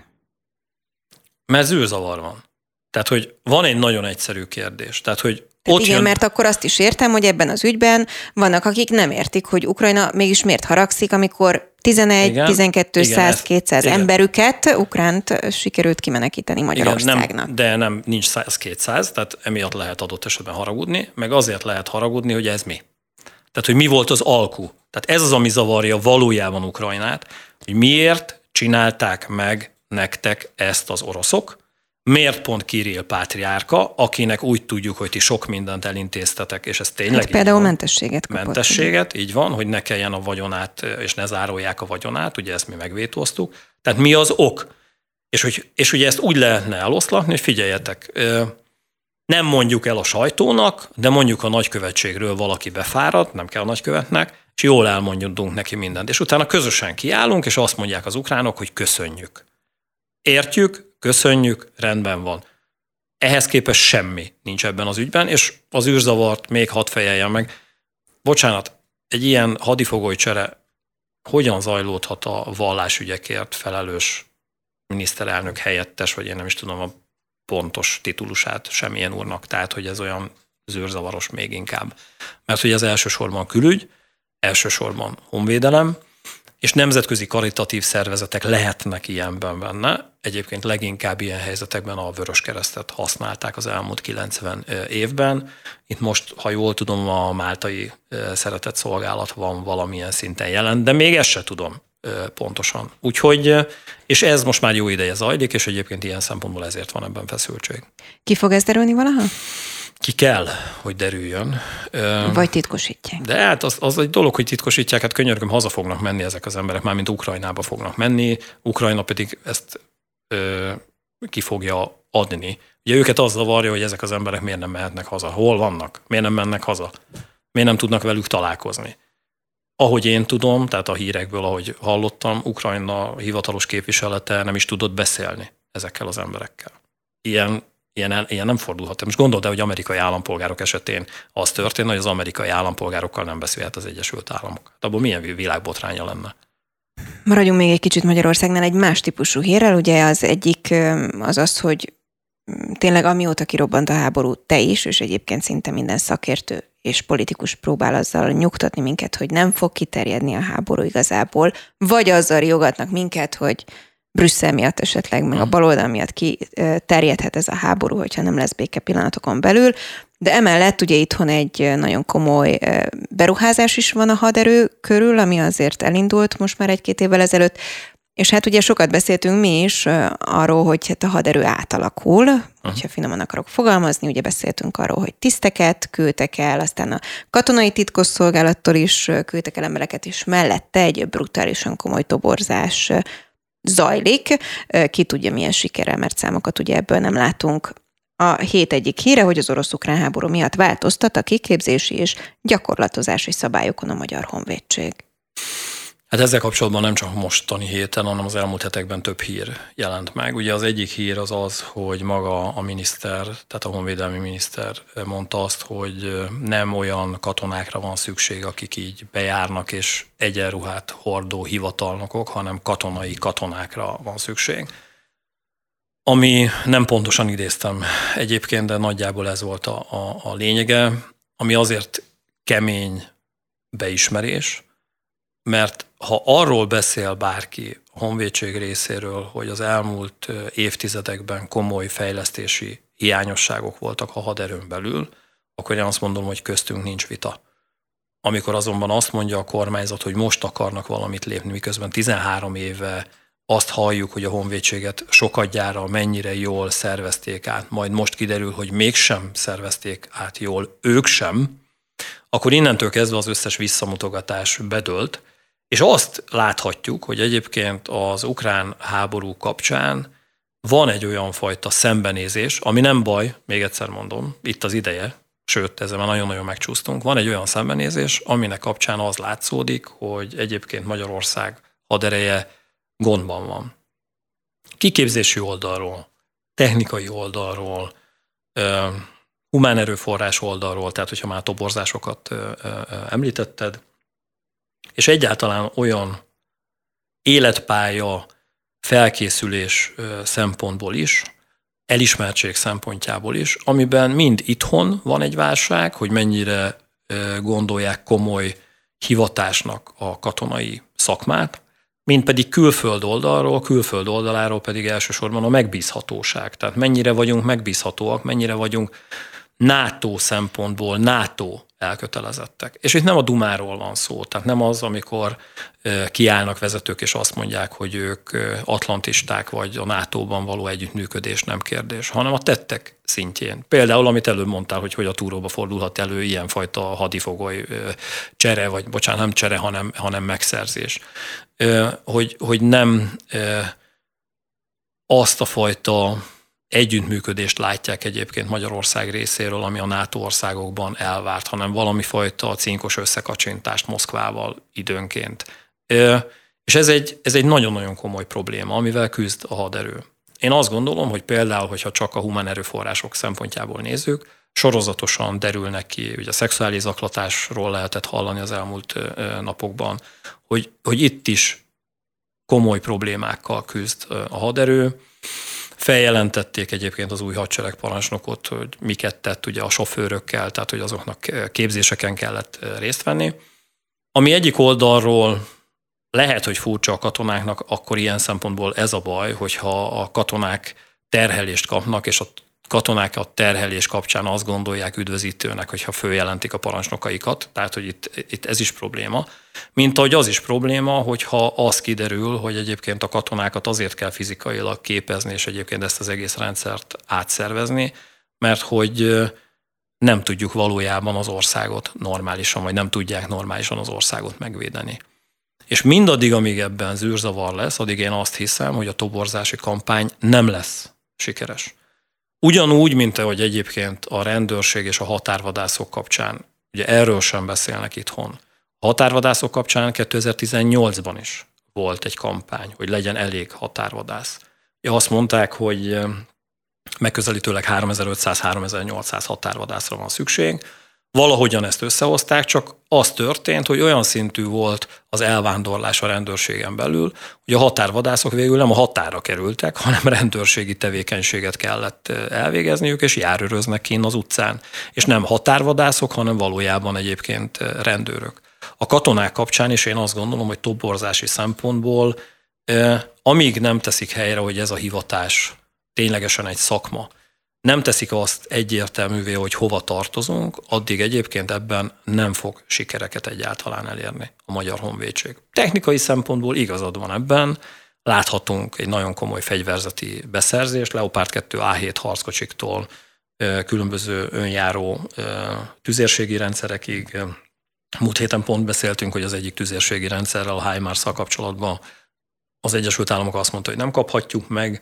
Mert zűrzavar van. Tehát, hogy van egy nagyon egyszerű kérdés. Tehát, hogy igen, mert akkor azt is értem, hogy ebben az ügyben vannak, akik nem értik, hogy Ukrajna mégis miért haragszik, amikor 11, igen, 12, igen, 100, 200 emberüket, ukránt sikerült kimenekíteni Magyarországnak. Igen, nincs 100-200, tehát emiatt lehet adott esetben haragudni, meg azért lehet haragudni, hogy ez mi. Tehát, hogy mi volt az alkú. Tehát ez az, ami zavarja valójában Ukrajnát, hogy miért csinálták meg nektek ezt az oroszok, miért pont Kirill pátriárka, akinek úgy tudjuk, hogy ti sok mindent elintéztetek, és ez tényleg hát például mentességet kapott. Mentességet, így van, hogy ne kelljen a vagyonát, és ne zárolják a vagyonát, ugye ezt mi megvétóztuk. Tehát mi az ok? És ugye ezt úgy lehetne eloszlatni, hogy figyeljetek, nem mondjuk el a sajtónak, de mondjuk a nagykövetségről valaki befárad, nem kell a nagykövetnek, és jól elmondjunk neki mindent. És utána közösen kiállunk, és azt mondják az ukránok, hogy köszönjük. Értjük, köszönjük, rendben van. Ehhez képest semmi nincs ebben az ügyben, és az űrzavart még hadd fejeljem meg. Bocsánat, egy ilyen hadifogolycsere hogyan zajlódhat a vallásügyekért felelős miniszterelnök helyettes, vagy én nem is tudom a pontos titulusát semmilyen úrnak, tehát hogy ez olyan zűrzavaros még inkább. Mert hogy az elsősorban külügy, elsősorban honvédelem, és nemzetközi karitatív szervezetek lehetnek ilyenben benne. Egyébként leginkább ilyen helyzetekben a Vöröskeresztet használták az elmúlt 90 évben. Itt most, ha jól tudom, a máltai szeretett szolgálat van valamilyen szinten jelen, de még ezt se tudom pontosan. Úgyhogy, és ez most már jó ideje zajlik, és egyébként ilyen szempontból ezért van ebben feszültség. Ki fog ez derülni valaha? Ki kell, hogy derüljön. Vagy titkosítják. De hát az egy dolog, hogy titkosítják, hát könyörgöm, haza fognak menni ezek az emberek, mármint Ukrajnába fognak menni, Ukrajna pedig ezt ki fogja adni. Ugye őket az zavarja, hogy ezek az emberek miért nem mehetnek haza. Hol vannak? Miért nem mennek haza? Miért nem tudnak velük találkozni? Ahogy én tudom, tehát a hírekből, ahogy hallottam, Ukrajna hivatalos képviselete nem is tudott beszélni ezekkel az emberekkel. Ilyen nem fordulhat. Most gondold el, hogy amerikai állampolgárok esetén az történne, hogy az amerikai állampolgárokkal nem beszélhet az Egyesült Államok. Abból milyen világbotránya lenne? Maradjunk még egy kicsit Magyarországnál egy más típusú hírrel. Ugye az egyik az, hogy tényleg amióta kirobbant a háború, te is, és egyébként szinte minden szakértő és politikus próbál azzal nyugtatni minket, hogy nem fog kiterjedni a háború igazából, vagy azzal riogatnak minket, hogy Brüsszel miatt esetleg, meg a baloldal miatt kiterjedhet ez a háború, hogyha nem lesz béke pillanatokon belül. De emellett ugye itthon egy nagyon komoly beruházás is van a haderő körül, ami azért elindult most már 1-2 évvel ezelőtt, és hát ugye sokat beszéltünk mi is arról, hogy hát a haderő átalakul, hogyha finoman akarok fogalmazni, ugye beszéltünk arról, hogy tiszteket küldtek el, aztán a katonai titkosszolgálattól is küldtek el embereket, és mellette egy brutálisan komoly toborzás zajlik. Ki tudja milyen sikerrel, mert számokat ugye ebből nem látunk. A hét egyik híre, hogy az orosz-ukrán háború miatt változtat a kiképzési és gyakorlatozási szabályokon a Magyar Honvédség. Hát ezzel kapcsolatban nem csak mostani héten, hanem az elmúlt hetekben több hír jelent meg. Ugye az egyik hír az, hogy maga a miniszter, tehát a honvédelmi miniszter mondta azt, hogy nem olyan katonákra van szükség, akik így bejárnak és egyenruhát hordó hivatalnokok, hanem katonai katonákra van szükség. Ami nem pontosan idéztem egyébként, de nagyjából ez volt a lényege, ami azért kemény beismerés, mert ha arról beszél bárki a honvédség részéről, hogy az elmúlt évtizedekben komoly fejlesztési hiányosságok voltak a haderőn belül, akkor én azt mondom, hogy köztünk nincs vita. Amikor azonban azt mondja a kormányzat, hogy most akarnak valamit lépni, miközben 13 éve azt halljuk, hogy a honvédséget sokadjára mennyire jól szervezték át, majd most kiderül, hogy mégsem szervezték át jól, ők sem, akkor innentől kezdve az összes visszamutogatás bedőlt, és azt láthatjuk, hogy egyébként az ukrán háború kapcsán van egy olyan fajta szembenézés, ami nem baj, még egyszer mondom, itt az ideje, sőt, ezzel már nagyon-nagyon megcsúsztunk, van egy olyan szembenézés, aminek kapcsán az látszódik, hogy egyébként Magyarország hadereje gondban van. Kiképzési oldalról, technikai oldalról, humán erőforrás oldalról, tehát hogyha már toborzásokat említetted, és egyáltalán olyan életpálya felkészülés szempontból is, elismertség szempontjából is, amiben mind itthon van egy válság, hogy mennyire gondolják komoly hivatásnak a katonai szakmát, mind pedig külföld oldaláról pedig elsősorban a megbízhatóság. Tehát mennyire vagyunk megbízhatóak, mennyire vagyunk NATO szempontból NATO elkötelezettek. És itt nem a dumáról van szó, tehát nem az, amikor kiállnak vezetők és azt mondják, hogy ők atlantisták vagy a NATO-ban való együttműködés nem kérdés, hanem a tettek szintjén. Például, amit előbb mondtál, hogy a túróba fordulhat elő ilyenfajta hadifogoly csere, vagy bocsánat, nem csere, hanem megszerzés. Hogy nem azt a fajta együttműködést látják egyébként Magyarország részéről, ami a NATO országokban elvárt, hanem valami fajta cinkos összekacsintást Moszkvával időnként. És ez egy nagyon-nagyon komoly probléma, amivel küzd a haderő. Én azt gondolom, hogy például, hogyha csak a humán erőforrások szempontjából nézzük, sorozatosan derülnek ki, ugye a szexuális zaklatásról lehetett hallani az elmúlt napokban, hogy itt is komoly problémákkal küzd a haderő. Feljelentették egyébként az új hadseregparancsnokot, hogy miket tett ugye a sofőrökkel, tehát hogy azoknak képzéseken kellett részt venni. Ami egyik oldalról lehet, hogy furcsa a katonáknak, akkor ilyen szempontból ez a baj, hogyha a katonák terhelést kapnak, és a katonák a terhelés kapcsán azt gondolják üdvözítőnek, hogyha följelentik a parancsnokaikat, tehát hogy itt ez is probléma. Mint ahogy az is probléma, hogyha az kiderül, hogy egyébként a katonákat azért kell fizikailag képezni, és egyébként ezt az egész rendszert átszervezni, mert hogy nem tudjuk valójában az országot normálisan, vagy nem tudják normálisan az országot megvédeni. És mindaddig, amíg ebben zűrzavar lesz, addig én azt hiszem, hogy a toborzási kampány nem lesz sikeres. Ugyanúgy, mint ahogy egyébként a rendőrség és a határvadászok kapcsán, ugye erről sem beszélnek itthon. A határvadászok kapcsán 2018-ban is volt egy kampány, hogy legyen elég határvadász. Ugye azt mondták, hogy megközelítőleg 3500-3800 határvadászra van szükség. Valahogyan ezt összehozták, csak az történt, hogy olyan szintű volt az elvándorlás a rendőrségen belül, hogy a határvadászok végül nem a határra kerültek, hanem rendőrségi tevékenységet kellett elvégezniük, és járőröznek kinn az utcán. És nem határvadászok, hanem valójában egyébként rendőrök. A katonák kapcsán is én azt gondolom, hogy toborzási szempontból, amíg nem teszik helyre, hogy ez a hivatás ténylegesen egy szakma, nem teszik azt egyértelművé, hogy hova tartozunk, addig egyébként ebben nem fog sikereket egyáltalán elérni a Magyar Honvédség. Technikai szempontból igazad van ebben, láthatunk egy nagyon komoly fegyverzeti beszerzést, Leopard 2 A7 harckocsiktól különböző önjáró tüzérségi rendszerekig. Múlt héten pont beszéltünk, hogy az egyik tüzérségi rendszerrel, a HIMARS-szal kapcsolatban az Egyesült Államok azt mondta, hogy nem kaphatjuk meg,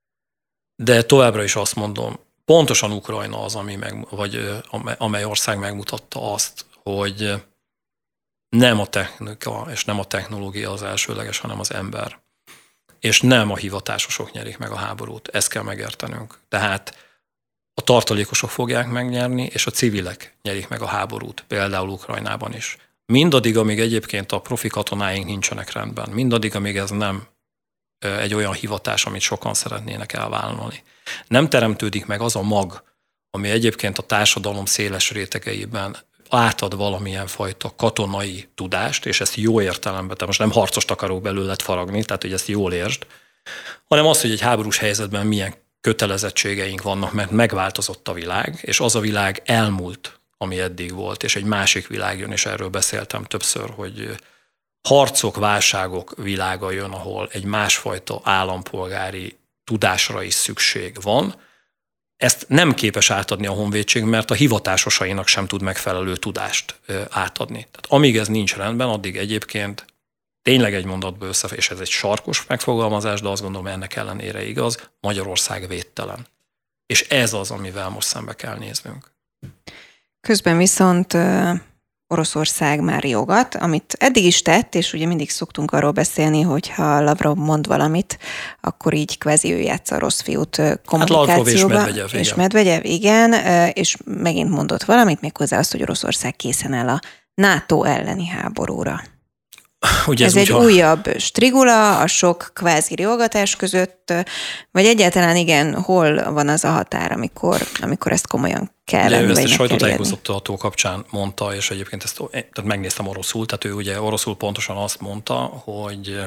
de továbbra is azt mondom, pontosan Ukrajna az, amely ország megmutatta azt, hogy nem a technika és nem a technológia az elsőleges, hanem az ember. És nem a hivatásosok nyerik meg a háborút. Ezt kell megértenünk. Tehát a tartalékosok fogják megnyerni, és a civilek nyerik meg a háborút, például Ukrajnában is. Mindaddig, amíg egyébként a profi katonáink nincsenek rendben, mindaddig, amíg ez nem egy olyan hivatás, amit sokan szeretnének elvállalni. Nem teremtődik meg az a mag, ami egyébként a társadalom széles rétegeiben átad valamilyen fajta katonai tudást, és ezt jó értelemben, tehát most nem harcost akarok belőled faragni, tehát hogy ezt jól értsd, hanem az, hogy egy háborús helyzetben milyen kötelezettségeink vannak, mert megváltozott a világ, és az a világ elmúlt, ami eddig volt, és egy másik világ jön, és erről beszéltem többször, hogy harcok, válságok világa jön, ahol egy másfajta állampolgári tudásra is szükség van. Ezt nem képes átadni a honvédség, mert a hivatásosainak sem tud megfelelő tudást átadni. Tehát amíg ez nincs rendben, addig egyébként tényleg egy mondatba és ez egy sarkos megfogalmazás, de azt gondolom, ennek ellenére igaz, Magyarország védtelen. És ez az, amivel most szembe kell néznünk. Közben viszont Oroszország már jogat, amit eddig is tett, és ugye mindig szoktunk arról beszélni, hogyha Lavrov mond valamit, akkor így kvázi ő játsza a rossz fiút kommunikációba. Hát Lavrov és Medvegyev, igen, és megint mondott valamit, méghozzá azt, hogy Oroszország készen áll a NATO elleni háborúra. Ugye ez egy újabb strigula a sok kvázi riogatás között, vagy egyáltalán igen, hol van az a határ, amikor ezt komolyan kell venni, vagy ezt a sajtótájékoztató kapcsán mondta, és egyébként tehát megnéztem oroszul, tehát ő ugye oroszul pontosan azt mondta, hogy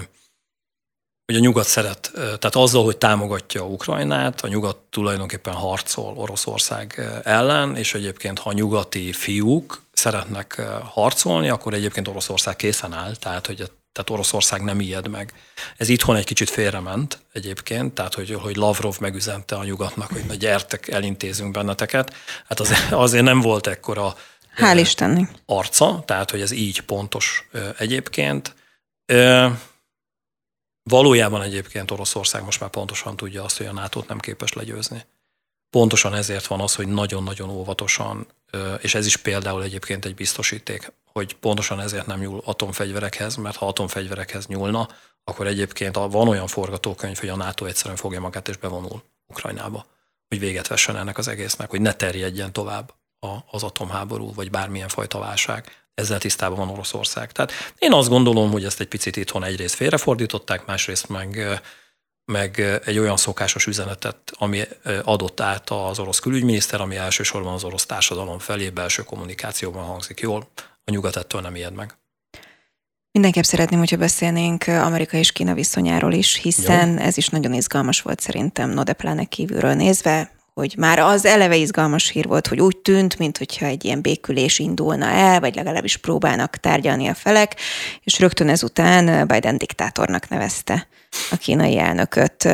a nyugat tehát azzal, hogy támogatja Ukrajnát, a nyugat tulajdonképpen harcol Oroszország ellen, és egyébként ha nyugati fiúk szeretnek harcolni, akkor egyébként Oroszország készen áll, tehát Oroszország nem ijed meg. Ez itthon egy kicsit félrement egyébként, tehát hogy Lavrov megüzente a nyugatnak, hogy na gyertek, elintézünk benneteket. Hát azért nem volt ekkora hál' Istennek arca, tehát hogy ez így pontos egyébként. Valójában egyébként Oroszország most már pontosan tudja azt, hogy a NATO-t nem képes legyőzni. Pontosan ezért van az, hogy nagyon-nagyon óvatosan, és ez is például egyébként egy biztosíték, hogy pontosan ezért nem nyúl atomfegyverekhez, mert ha atomfegyverekhez nyúlna, akkor egyébként van olyan forgatókönyv, hogy a NATO egyszerűen fogja magát és bevonul Ukrajnába, hogy véget vessen ennek az egésznek, hogy ne terjedjen tovább az atomháború, vagy bármilyen fajta válság. Ezzel tisztában van Oroszország. Tehát én azt gondolom, hogy ezt egy picit itthon egyrészt félrefordították, másrészt meg egy olyan szokásos üzenetet, ami adott át az orosz külügyminiszter, ami elsősorban az orosz társadalom felé belső kommunikációban hangzik jól, a nyugat ettől nem ijed meg. Mindenképp szeretném, hogyha beszélnénk Amerika és Kína viszonyáról is, hiszen ez is nagyon izgalmas volt szerintem, no de pláne kívülről nézve, hogy már az eleve izgalmas hír volt, hogy úgy tűnt, mintha egy ilyen békülés indulna el, vagy legalábbis próbálnak tárgyalni a felek, és rögtön ezután Biden diktátornak nevezte a kínai elnököt.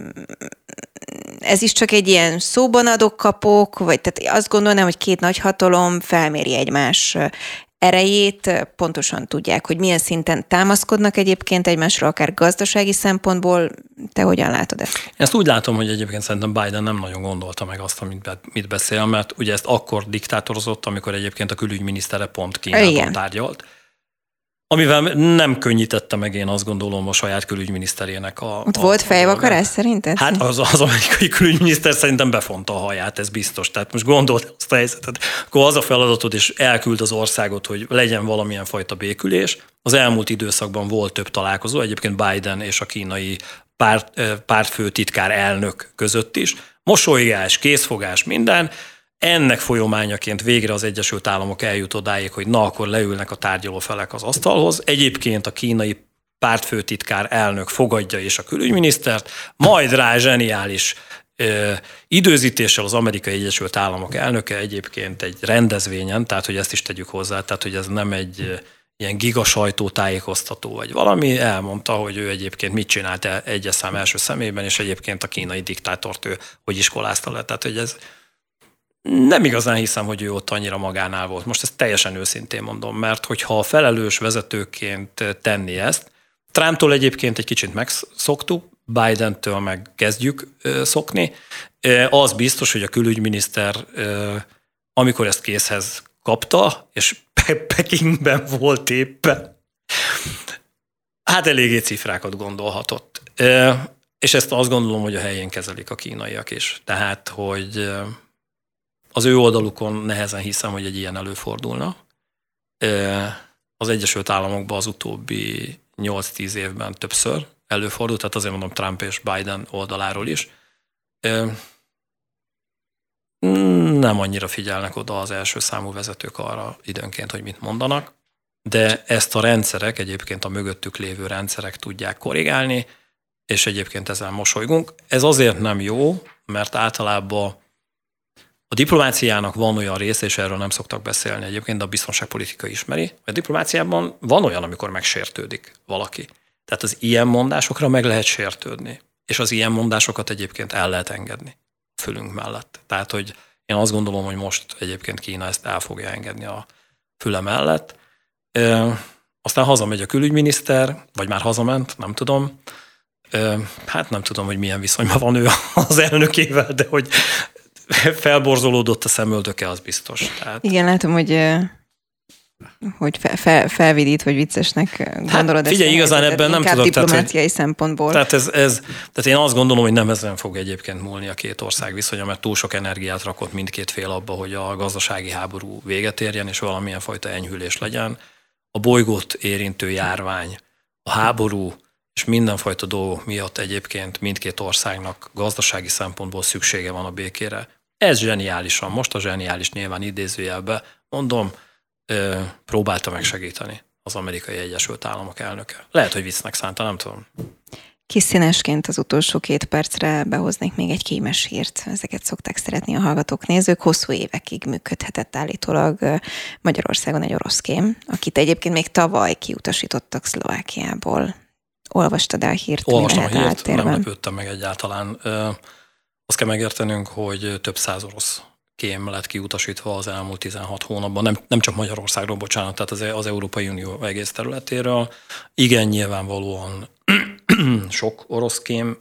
Ez is csak egy ilyen szóban adok-kapok, vagy tehát azt gondolnám, hogy két nagyhatalom felméri egymás erejét, pontosan tudják, hogy milyen szinten támaszkodnak egyébként egymásra, akár gazdasági szempontból. Te hogyan látod ezt? Én ezt úgy látom, hogy egyébként szerintem Biden nem nagyon gondolta meg azt, amit beszél, mert ugye ezt akkor diktátorozott, amikor egyébként a külügyminisztere pont Kínában tárgyalt. amivel nem könnyítette meg, én azt gondolom, a saját külügyminiszterének Ott volt fejvakarás szerinted? Hát az amerikai külügyminiszter szerintem befonta a haját, ez biztos. Tehát most gondolt azt a helyzetet, akkor az a feladatod, és elküld az országot, hogy legyen valamilyen fajta békülés. Az elmúlt időszakban volt több találkozó, egyébként Biden és a kínai pártfőtitkár elnök között is. Mosolygás, készfogás, minden. Ennek folyamányaként végre az Egyesült Államok eljut odáig, hogy na, akkor leülnek a tárgyalófelek az asztalhoz. Egyébként a kínai pártfőtitkár elnök fogadja is a külügyminisztert, majd rá zseniális időzítéssel az Amerikai Egyesült Államok elnöke egyébként egy rendezvényen, tehát hogy ezt is tegyük hozzá, tehát hogy ez nem egy ilyen giga sajtótájékoztató vagy valami, elmondta, hogy ő egyébként mit csinált egyes szám első szemében, és egyébként a kínai diktátort ő hogy iskolázta le. Tehát, hogy ez nem igazán hiszem, hogy ő ott annyira magánál volt. Most ezt teljesen őszintén mondom, mert hogyha a felelős vezetőként tenni ezt, Trumptól egyébként egy kicsit megszoktuk, Bidentől meg kezdjük szokni, az biztos, hogy a külügyminiszter, amikor ezt készhez kapta, és Pekingben volt éppen, hát eléggé cifrákat gondolhatott. És ezt azt gondolom, hogy a helyén kezelik a kínaiak is. Tehát, hogy az ő oldalukon nehezen hiszem, hogy egy ilyen előfordulna. Az Egyesült Államokban az utóbbi 8-10 évben többször előfordult, tehát azért mondom Trump és Biden oldaláról is. Nem annyira figyelnek oda az első számú vezetők arra időnként, hogy mit mondanak, de ezt a rendszerek, egyébként a mögöttük lévő rendszerek tudják korrigálni, és egyébként ezzel mosolygunk. Ez azért nem jó, mert általában a diplomáciának van olyan része, és erről nem szoktak beszélni egyébként, de a biztonságpolitika ismeri. A diplomáciában van olyan, amikor megsértődik valaki. Tehát az ilyen mondásokra meg lehet sértődni. És az ilyen mondásokat egyébként el lehet engedni a fülünk mellett. Tehát, hogy én azt gondolom, hogy most egyébként Kína ezt el fogja engedni a füle mellett. Aztán hazamegy a külügyminiszter, vagy már hazament, nem tudom. Hát nem tudom, hogy milyen viszonyban van ő az elnökével, de hogy felborzolódott a szemöldöke, az biztos. Tehát... Igen, látom, hogy felvidít, vagy viccesnek gondolod. Hát figyelj, igazán ebben nem tudok. Diplomáciai szempontból. Tehát én azt gondolom, hogy nem ezen fog egyébként múlni a két ország viszonya, mert túl sok energiát rakott mindkét fél abba, hogy a gazdasági háború véget érjen, és valamilyen fajta enyhülés legyen. A bolygót érintő járvány, a háború és mindenfajta dolgok miatt egyébként mindkét országnak gazdasági szempontból szüksége van a békére. Ez zseniálisan, most a zseniális nyilván idézőjelben mondom, próbálta megsegíteni az Amerikai Egyesült Államok elnöke. Lehet, hogy viccnek szánta, nem tudom. Kis színesként az utolsó 2 percre behoznék még egy kémes hírt. Ezeket szokták szeretni a hallgatók, nézők. Hosszú évekig működhetett állítólag Magyarországon egy orosz kém, akit egyébként még tavaly kiutasítottak Szlovákiából. Olvastad el a hírt? Olvastam a hírt, nem lepődtem meg egyáltalán. Azt kell megértenünk, hogy több 100 orosz kém lett kiutasítva az elmúlt 16 hónapban, nem csak Magyarországról, bocsánat, tehát az Európai Unió egész területéről. Igen, nyilvánvalóan sok orosz kém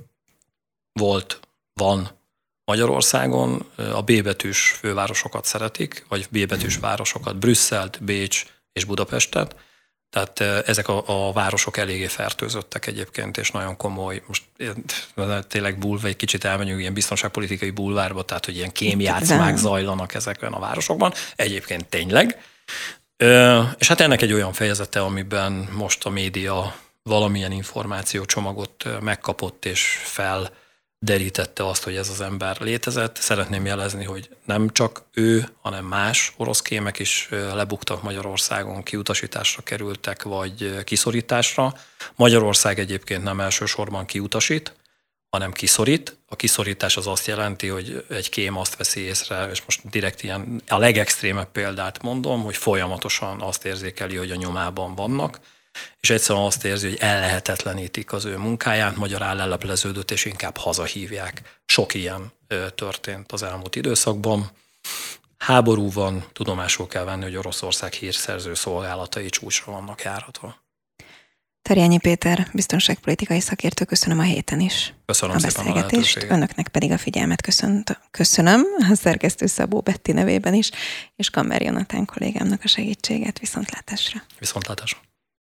van Magyarországon. A B betűs fővárosokat szeretik, vagy B betűs városokat, Brüsszelt, Bécs és Budapestet. Tehát ezek a városok eléggé fertőzöttek egyébként, és nagyon komoly, most tényleg egy kicsit elmegyünk ilyen biztonságpolitikai bulvárba, tehát hogy ilyen kémjátszmák zajlanak ezekben a városokban. Egyébként tényleg. És hát ennek egy olyan fejezete, amiben most a média valamilyen információcsomagot megkapott, és felderítette azt, hogy ez az ember létezett. Szeretném jelezni, hogy nem csak ő, hanem más orosz kémek is lebuktak Magyarországon, kiutasításra kerültek, vagy kiszorításra. Magyarország egyébként nem elsősorban kiutasít, hanem kiszorít. A kiszorítás az azt jelenti, hogy egy kém azt veszi észre, és most direkt ilyen a legextrémebb példát mondom, hogy folyamatosan azt érzékeli, hogy a nyomában vannak, és egyszerűen azt érzi, hogy ellehetetlenítik az ő munkáját, magyarán lelepleződött, és inkább hazahívják. Sok ilyen történt az elmúlt időszakban. Háború van, tudomásul kell venni, hogy Oroszország hírszerző szolgálatai csúcsra vannak járhatva. Tarjányi Péter, biztonságpolitikai szakértő, köszönöm a héten is. Köszönöm a szépen beszélgetést. Önöknek pedig a figyelmet köszönöm, a szerkesztő Szabó Betti nevében is, és Kammer Jonatán kollégámnak a segítséget. Viszontlátásra. Viszontlátásra.